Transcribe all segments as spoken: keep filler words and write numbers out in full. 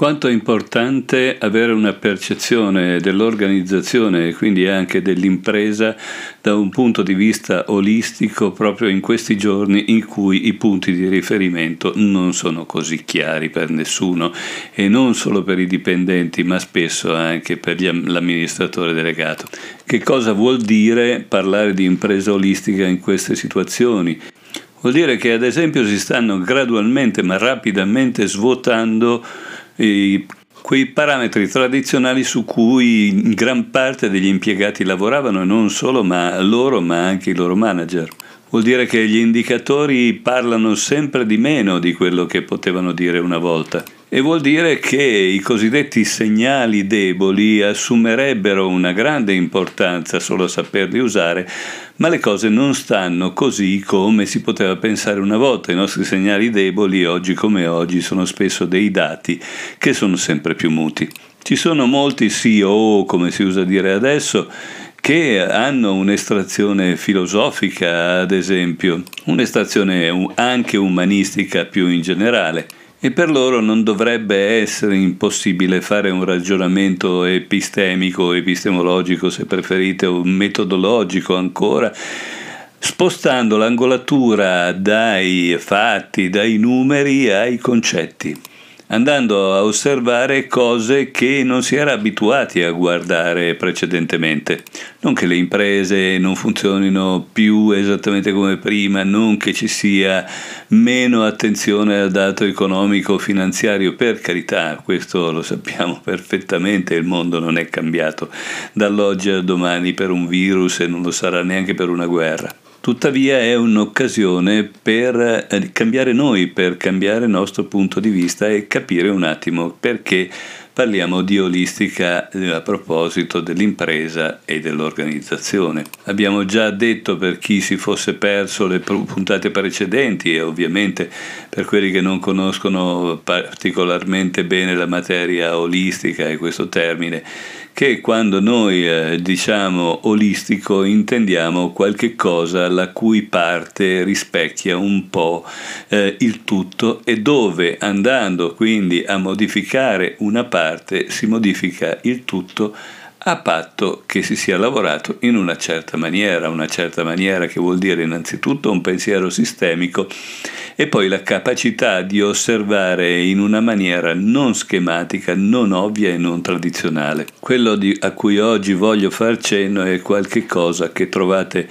Quanto è importante avere una percezione dell'organizzazione e quindi anche dell'impresa da un punto di vista olistico proprio in questi giorni in cui i punti di riferimento non sono così chiari per nessuno e non solo per i dipendenti ma spesso anche per gli, l'amministratore delegato. Che cosa vuol dire parlare di impresa olistica in queste situazioni? Vuol dire che ad esempio si stanno gradualmente ma rapidamente svuotando i, quei parametri tradizionali su cui gran parte degli impiegati lavoravano, e non solo ma loro ma anche i loro manager. Vuol dire che gli indicatori parlano sempre di meno di quello che potevano dire una volta. E vuol dire che i cosiddetti segnali deboli assumerebbero una grande importanza solo a saperli usare, ma le cose non stanno così come si poteva pensare una volta. I nostri segnali deboli, oggi come oggi, sono spesso dei dati che sono sempre più muti. Ci sono molti C E O, come si usa dire adesso, che hanno un'estrazione filosofica, ad esempio, un'estrazione anche umanistica più in generale. E per loro non dovrebbe essere impossibile fare un ragionamento epistemico, epistemologico se preferite, o metodologico ancora, spostando l'angolatura dai fatti, dai numeri ai concetti, andando a osservare cose che non si era abituati a guardare precedentemente. Non che le imprese non funzionino più esattamente come prima, non che ci sia meno attenzione al dato economico finanziario, per carità, questo lo sappiamo perfettamente, il mondo non è cambiato dall'oggi al domani per un virus e non lo sarà neanche per una guerra. Tuttavia è un'occasione per cambiare noi, per cambiare il nostro punto di vista e capire un attimo perché parliamo di olistica a proposito dell'impresa e dell'organizzazione. Abbiamo già detto, per chi si fosse perso le puntate precedenti e ovviamente per quelli che non conoscono particolarmente bene la materia olistica e questo termine, che quando noi eh, diciamo olistico intendiamo qualche cosa la cui parte rispecchia un po' eh, il tutto, e dove andando quindi a modificare una parte si modifica il tutto, a patto che si sia lavorato in una certa maniera, una certa maniera che vuol dire innanzitutto un pensiero sistemico e poi la capacità di osservare in una maniera non schematica, non ovvia e non tradizionale. Quello di, a cui oggi voglio far cenno è qualche cosa che trovate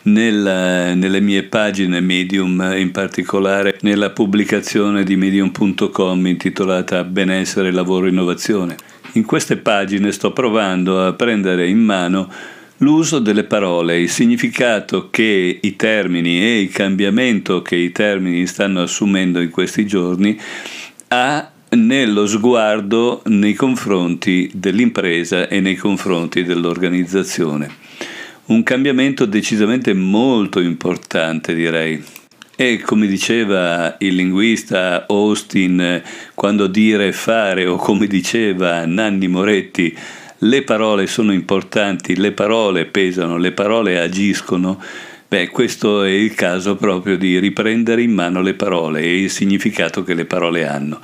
nella, nelle mie pagine Medium, in particolare nella pubblicazione di medium punto com intitolata Benessere, Lavoro, Innovazione. In queste pagine sto provando a prendere in mano l'uso delle parole, il significato che i termini e il cambiamento che i termini stanno assumendo in questi giorni ha nello sguardo nei confronti dell'impresa e nei confronti dell'organizzazione. Un cambiamento decisamente molto importante, direi. E come diceva il linguista Austin, quando dire e fare, o come diceva Nanni Moretti, le parole sono importanti, le parole pesano, le parole agiscono, beh, questo è il caso proprio di riprendere in mano le parole e il significato che le parole hanno.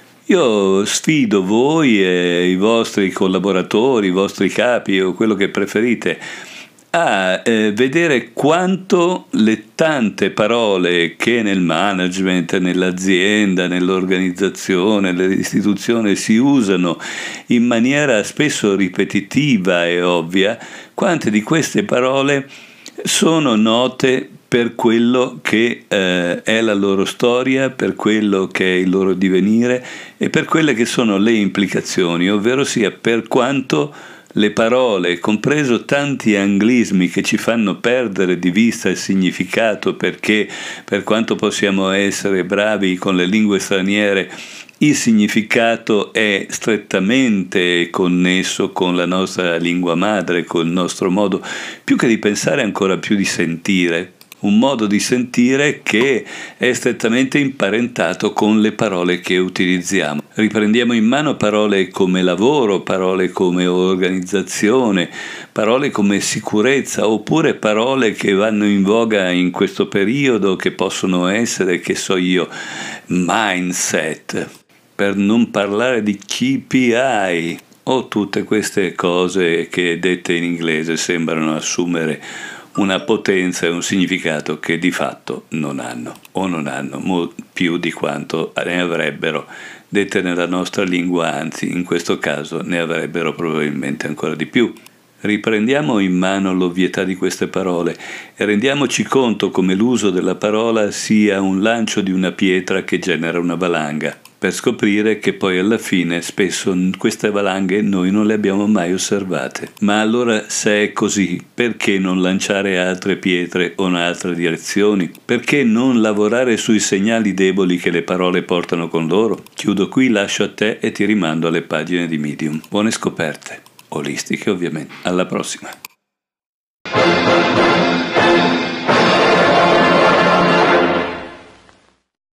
Io sfido voi e i vostri collaboratori, i vostri capi o quello che preferite a eh, vedere quanto le tante parole che nel management, nell'azienda, nell'organizzazione, nell'istituzione si usano in maniera spesso ripetitiva e ovvia, quante di queste parole sono note per quello che eh, è la loro storia, per quello che è il loro divenire e per quelle che sono le implicazioni, ovvero sia per quanto le parole, compreso tanti anglismi che ci fanno perdere di vista il significato, perché per quanto possiamo essere bravi con le lingue straniere, il significato è strettamente connesso con la nostra lingua madre, con il nostro modo, più che di pensare, ancora più di sentire. Un modo di sentire che è strettamente imparentato con le parole che utilizziamo. Riprendiamo in mano parole come lavoro, parole come organizzazione, parole come sicurezza, oppure parole che vanno in voga in questo periodo, che possono essere, che so io, mindset. per non parlare di K P I o tutte queste cose che dette in inglese sembrano assumere una potenza e un significato che di fatto non hanno, o non hanno mo- più di quanto ne avrebbero dette nella nostra lingua, anzi in questo caso ne avrebbero probabilmente ancora di più. Riprendiamo in mano l'ovvietà di queste parole e rendiamoci conto come l'uso della parola sia un lancio di una pietra che genera una valanga, per scoprire che poi alla fine spesso queste valanghe noi non le abbiamo mai osservate. Ma allora se è così, perché non lanciare altre pietre o in altre direzioni? Perché non lavorare sui segnali deboli che le parole portano con loro? Chiudo qui, lascio a te e ti rimando alle pagine di Medium. Buone scoperte, olistiche ovviamente. Alla prossima.